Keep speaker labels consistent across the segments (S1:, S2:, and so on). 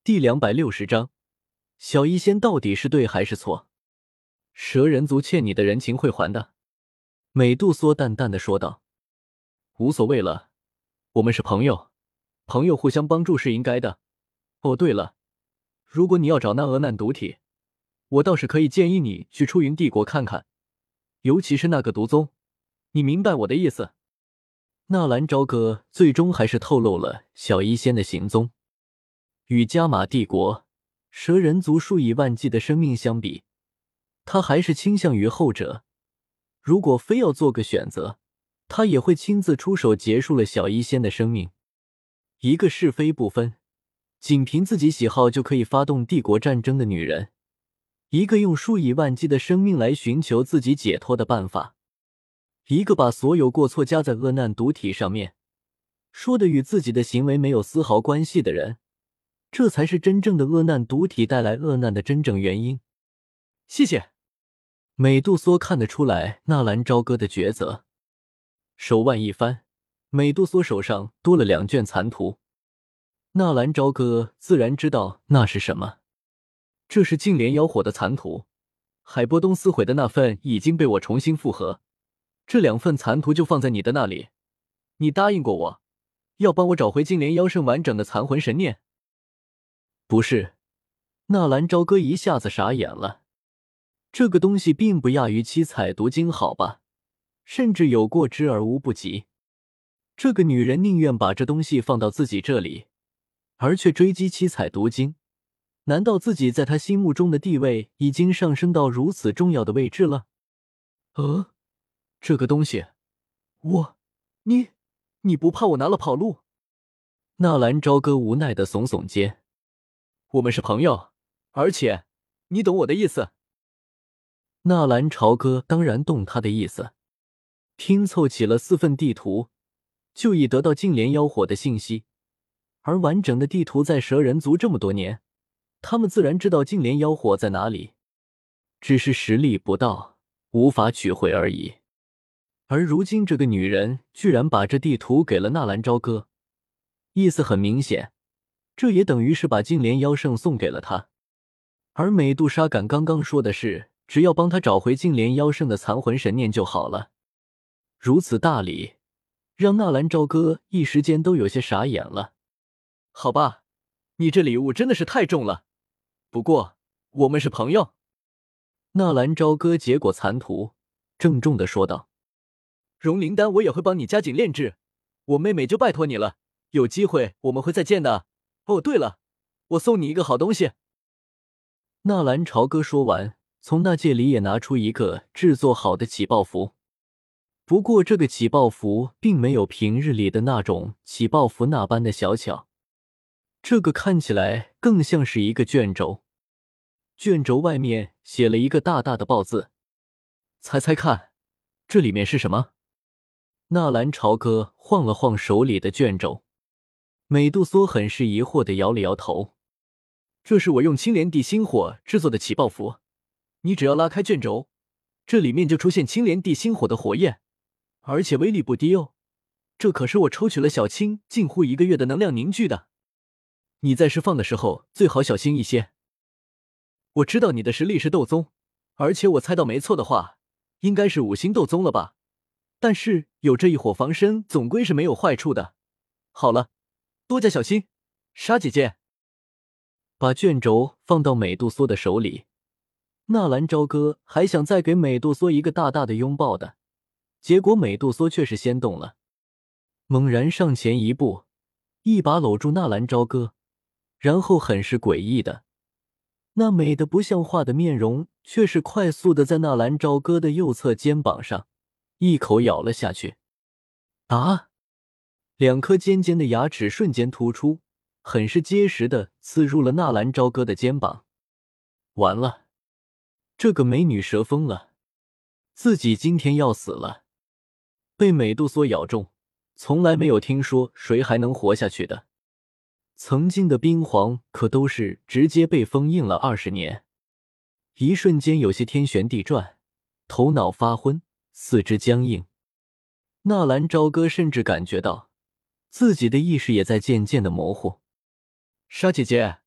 S1: 第260章，小医仙到底是对还是错？蛇人族欠你的人情会还的。美杜莎淡淡的说道。无所谓了，我们是朋友，朋友互相帮助是应该的。哦，对了，如果你要找那厄难毒体，我倒是可以建议你去出云帝国看看，尤其是那个毒宗，你明白我的意思？纳兰朝歌最终还是透露了小医仙的行踪。与加玛帝国、蛇人族数以万计的生命相比，他还是倾向于后者。如果非要做个选择，他也会亲自出手结束了小医仙的生命。一个是非不分，仅凭自己喜好就可以发动帝国战争的女人，一个用数以万计的生命来寻求自己解脱的办法，一个把所有过错加在厄难毒体上面，说的与自己的行为没有丝毫关系的人，这才是真正的厄难毒体带来厄难的真正原因。谢谢。美杜莎看得出来纳兰朝歌的抉择，手腕一翻，美杜莎手上多了2卷残图。纳兰朝歌自然知道那是什么，这是净莲妖火的残图，海波东撕毁的那份已经被我重新复合，这2份残图就放在你的那里，你答应过我，要帮我找回净莲妖圣完整的残魂神念。不是，纳兰朝歌一下子傻眼了。这个东西并不亚于七彩毒经好吧，甚至有过之而无不及。这个女人宁愿把这东西放到自己这里，而却追击七彩毒经，难道自己在她心目中的地位已经上升到如此重要的位置了？这个东西，你不怕我拿了跑路？纳兰朝歌无奈地耸耸肩。我们是朋友，而且你懂我的意思。纳兰朝歌当然懂他的意思，拼凑起了4份地图，就已得到净莲妖火的信息，而完整的地图在蛇人族这么多年，他们自然知道净莲妖火在哪里，只是实力不到，无法取回而已。而如今这个女人居然把这地图给了纳兰朝歌，意思很明显，这也等于是把净莲妖圣送给了他。而美杜莎敢刚刚说的是，只要帮他找回净莲妖圣的残魂神念就好了。如此大礼，让纳兰朝歌一时间都有些傻眼了。好吧，你这礼物真的是太重了，不过我们是朋友。纳兰朝歌接过残图，郑重地说道。融灵丹我也会帮你加紧炼制，我妹妹就拜托你了，有机会我们会再见的。哦，对了，我送你一个好东西。纳兰朝歌说完，从那戒里也拿出一个制作好的起爆符。不过这个起爆符并没有平日里的那种起爆符那般的小巧，这个看起来更像是一个卷轴，卷轴外面写了一个大大的爆字。猜猜看，这里面是什么？纳兰朝歌晃了晃手里的卷轴，美杜莎很是疑惑地摇了摇头。这是我用青莲地心火制作的起爆符，你只要拉开卷轴，这里面就出现青莲地心火的火焰，而且威力不低哦。这可是我抽取了小青近乎1个月的能量凝聚的，你在释放的时候最好小心一些。我知道你的实力是斗宗，而且我猜到没错的话，应该是5星斗宗了吧？但是有这一火防身总归是没有坏处的。好了，多加小心，莎姐姐。把卷轴放到美杜莎的手里，纳兰朝歌还想再给美杜莎一个大大的拥抱的，结果美杜莎却是先动了，猛然上前一步，一把搂住纳兰朝歌，然后很是诡异的，那美得不像话的面容却是快速的在纳兰朝歌的右侧肩膀上一口咬了下去。啊！2颗尖尖的牙齿瞬间突出，很是结实的刺入了纳兰朝歌的肩膀。完了，这个美女蛇疯了，自己今天要死了。被美杜莎咬中，从来没有听说谁还能活下去的。曾经的冰皇可都是直接被封印了20年，一瞬间有些天旋地转，头脑发昏，四肢僵硬。纳兰朝歌甚至感觉到自己的意识也在渐渐的模糊。莎姐姐，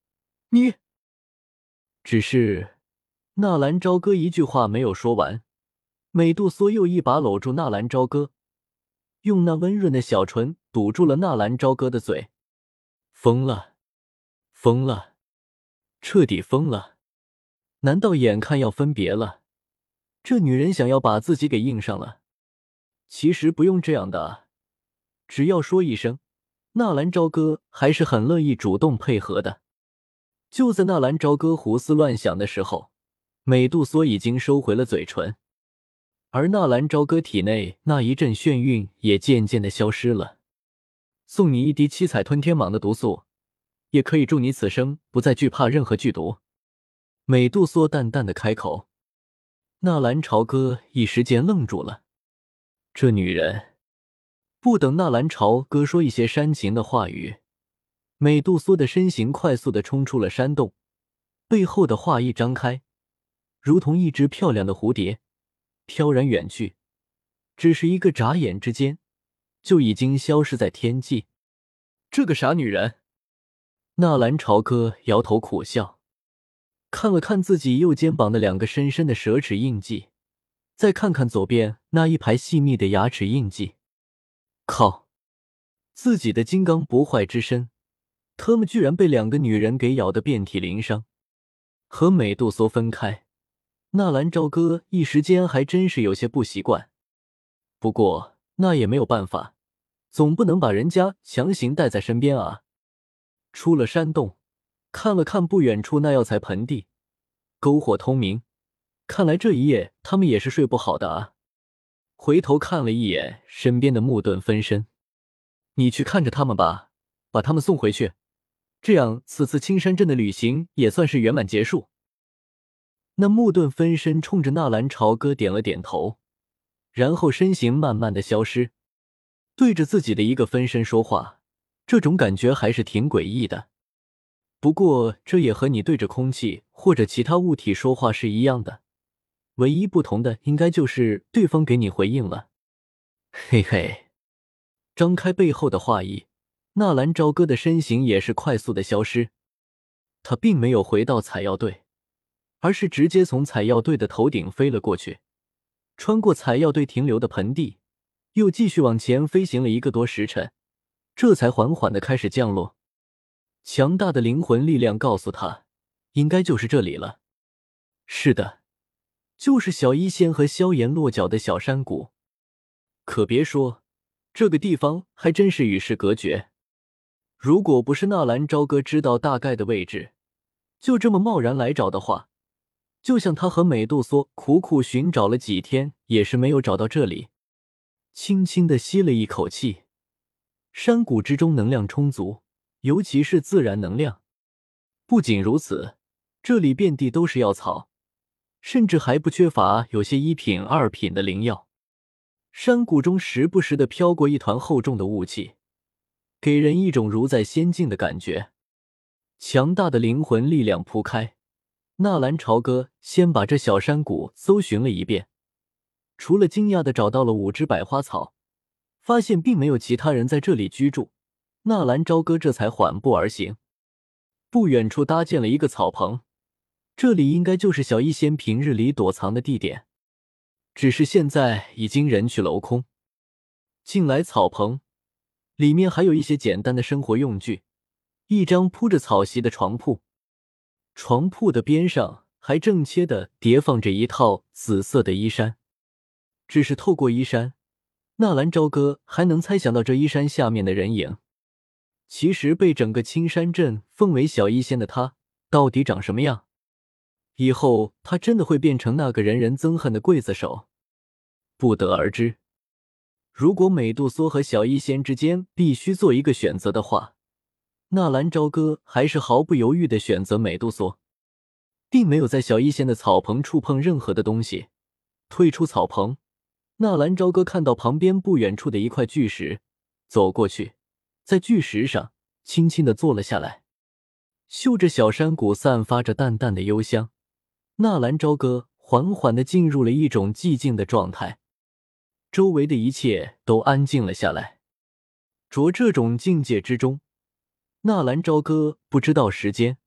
S1: 你……只是纳兰朝歌一句话没有说完，美杜莎又一把搂住纳兰朝歌，用那温润的小唇堵住了纳兰朝歌的嘴。疯了，疯了，彻底疯了！难道眼看要分别了，这女人想要把自己给硬上了？其实不用这样的啊，只要说一声，纳兰朝歌还是很乐意主动配合的。就在纳兰朝歌胡思乱想的时候，美杜莎已经收回了嘴唇，而纳兰朝歌体内那一阵眩晕也渐渐的消失了。送你一滴七彩吞天蟒的毒素，也可以助你此生不再惧怕任何剧毒。美杜莎淡淡的开口。纳兰朝歌一时间愣住了，这女人……不等纳兰朝歌说一些煽情的话语，美杜莎的身形快速地冲出了山洞，背后的画一张开，如同一只漂亮的蝴蝶，飘然远去，只是一个眨眼之间，就已经消失在天际。这个傻女人！纳兰朝歌摇头苦笑，看了看自己右肩膀的2个深深的蛇齿印记，再看看左边那一排细密的牙齿印记。靠！自己的金刚不坏之身，他们居然被2个女人给咬得遍体鳞伤。和美杜莎分开，纳兰朝歌一时间还真是有些不习惯。不过那也没有办法，总不能把人家强行带在身边啊。出了山洞，看了看不远处那药材盆地，篝火通明，看来这一夜他们也是睡不好的啊。回头看了一眼身边的木盾分身，你去看着他们吧，把他们送回去，这样此次青山镇的旅行也算是圆满结束。那木盾分身冲着纳兰朝歌点了点头，然后身形慢慢的消失。对着自己的一个分身说话，这种感觉还是挺诡异的。不过这也和你对着空气或者其他物体说话是一样的，唯一不同的应该就是对方给你回应了。嘿嘿，张开背后的画意，纳兰朝歌的身形也是快速的消失。他并没有回到采药队，而是直接从采药队的头顶飞了过去，穿过采药队停留的盆地，又继续往前飞行了1个多时辰，这才缓缓地开始降落。强大的灵魂力量告诉他，应该就是这里了。是的，就是小医仙和萧炎落脚的小山谷。可别说，这个地方还真是与世隔绝。如果不是纳兰朝歌知道大概的位置，就这么贸然来找的话，就像他和美杜莎苦苦寻找了几天，也是没有找到这里。轻轻地吸了一口气，山谷之中能量充足，尤其是自然能量。不仅如此，这里遍地都是药草，甚至还不缺乏有些1品、2品的灵药。山谷中时不时地飘过一团厚重的雾气，给人一种如在仙境的感觉。强大的灵魂力量铺开，纳兰朝歌先把这小山谷搜寻了一遍，除了惊讶地找到了5只百花草，发现并没有其他人在这里居住，纳兰朝歌这才缓步而行。不远处搭建了一个草棚，这里应该就是小医仙平日里躲藏的地点，只是现在已经人去楼空。进来草棚，里面还有一些简单的生活用具，一张铺着草席的床铺，床铺的边上还正切地叠放着一套紫色的衣衫。只是透过衣衫，纳兰朝歌还能猜想到这衣衫下面的人影。其实被整个青山镇奉为小医仙的他，到底长什么样？以后他真的会变成那个人人憎恨的刽子手？不得而知。如果美杜莎和小医仙之间必须做一个选择的话，纳兰朝歌还是毫不犹豫地选择美杜莎，并没有在小医仙的草棚触碰任何的东西。退出草棚，纳兰朝歌看到旁边不远处的一块巨石，走过去，在巨石上轻轻地坐了下来。嗅着小山谷散发着淡淡的幽香，纳兰朝歌缓缓地进入了一种寂静的状态，周围的一切都安静了下来。着这种境界之中，纳兰朝歌不知道时间，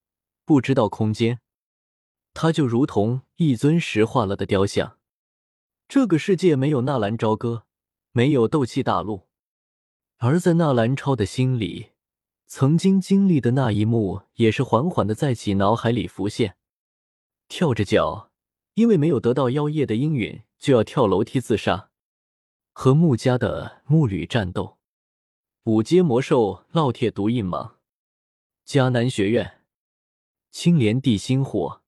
S1: 不知道空间，他就如同一尊石化了的雕像。这个世界没有纳兰朝歌，没有斗气大陆，而在纳兰超的心里，曾经经历的那一幕也是缓缓地在其脑海里浮现。跳着脚，因为没有得到妖液的应允，就要跳楼梯自杀，和穆家的穆吕战斗，五阶魔兽烙铁毒印芒，迦南学院，青莲地心火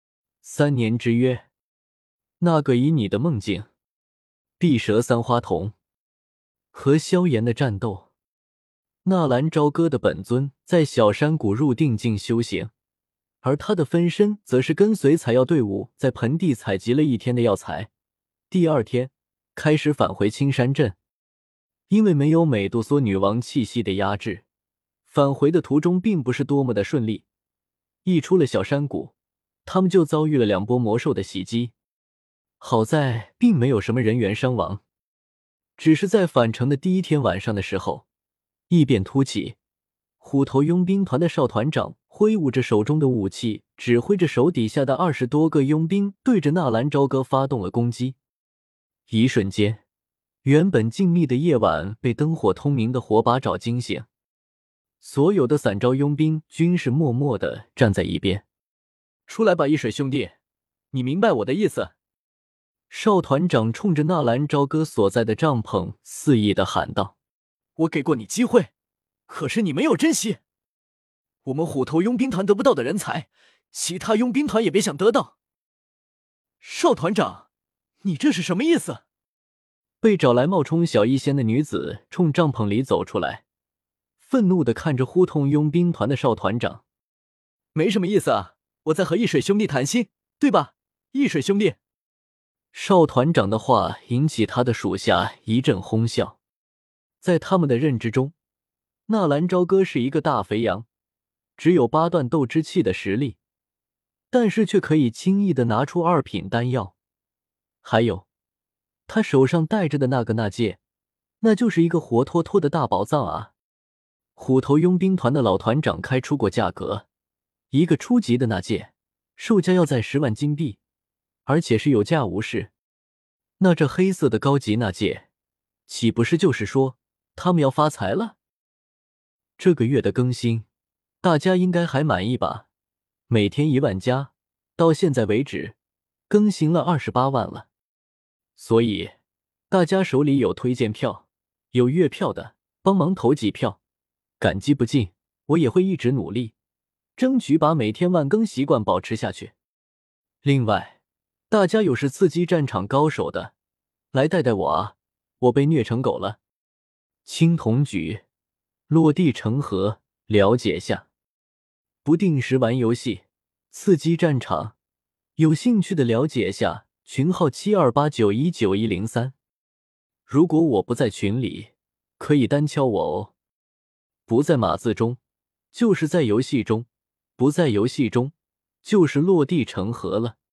S1: ，3年之约，那个以你的梦境，碧蛇三花瞳，和萧炎的战斗。纳兰朝歌的本尊在小山谷入定境修行，而他的分身则是跟随采药队伍在盆地采集了一天的药材，第二天开始返回青山镇。因为没有美杜莎女王气息的压制，返回的途中并不是多么的顺利。一出了小山谷，他们就遭遇了2波魔兽的袭击，好在并没有什么人员伤亡，只是在返程的第一天晚上的时候，异变突起，虎头佣兵团的少团长挥舞着手中的武器，指挥着手底下的20多个佣兵，对着纳兰朝歌发动了攻击。一瞬间，原本静谧的夜晚被灯火通明的火把爪惊醒，所有的散招佣兵均是默默地站在一边。出来吧，一水兄弟，你明白我的意思？少团长冲着纳兰朝歌所在的帐篷肆意地喊道：我给过你机会，可是你没有珍惜。我们虎头佣兵团得不到的人才，其他佣兵团也别想得到。少团长，你这是什么意思？被找来冒充小医仙的女子冲帐篷里走出来，愤怒地看着呼通佣兵团的少团长。没什么意思啊，我在和一水兄弟谈心，对吧，一水兄弟？少团长的话引起他的属下一阵哄笑。在他们的认知中，纳兰朝歌是一个大肥羊，只有8段斗之气的实力，但是却可以轻易地拿出2品丹药。还有他手上戴着的那个纳戒，那就是一个活脱脱的大宝藏啊！虎头佣兵团的老团长开出过价格，一个初级的纳戒售价要在10万金币，而且是有价无市。那这黑色的高级纳戒，岂不是就是说他们要发财了？这个月的更新，大家应该还满意吧？每天1万加，到现在为止，更新了28万了。所以，大家手里有推荐票、有月票的，帮忙投几票，感激不尽。我也会一直努力，争取把每天万更习惯保持下去。另外，大家有是刺激战场高手的，来带带我啊！我被虐成狗了。青铜局，落地成盒，了解下。不定时玩游戏，刺激战场，有兴趣的了解下。群号7289191003，如果我不在群里，可以单敲我哦。不在码字中，就是在游戏中；不在游戏中，就是落地成盒了。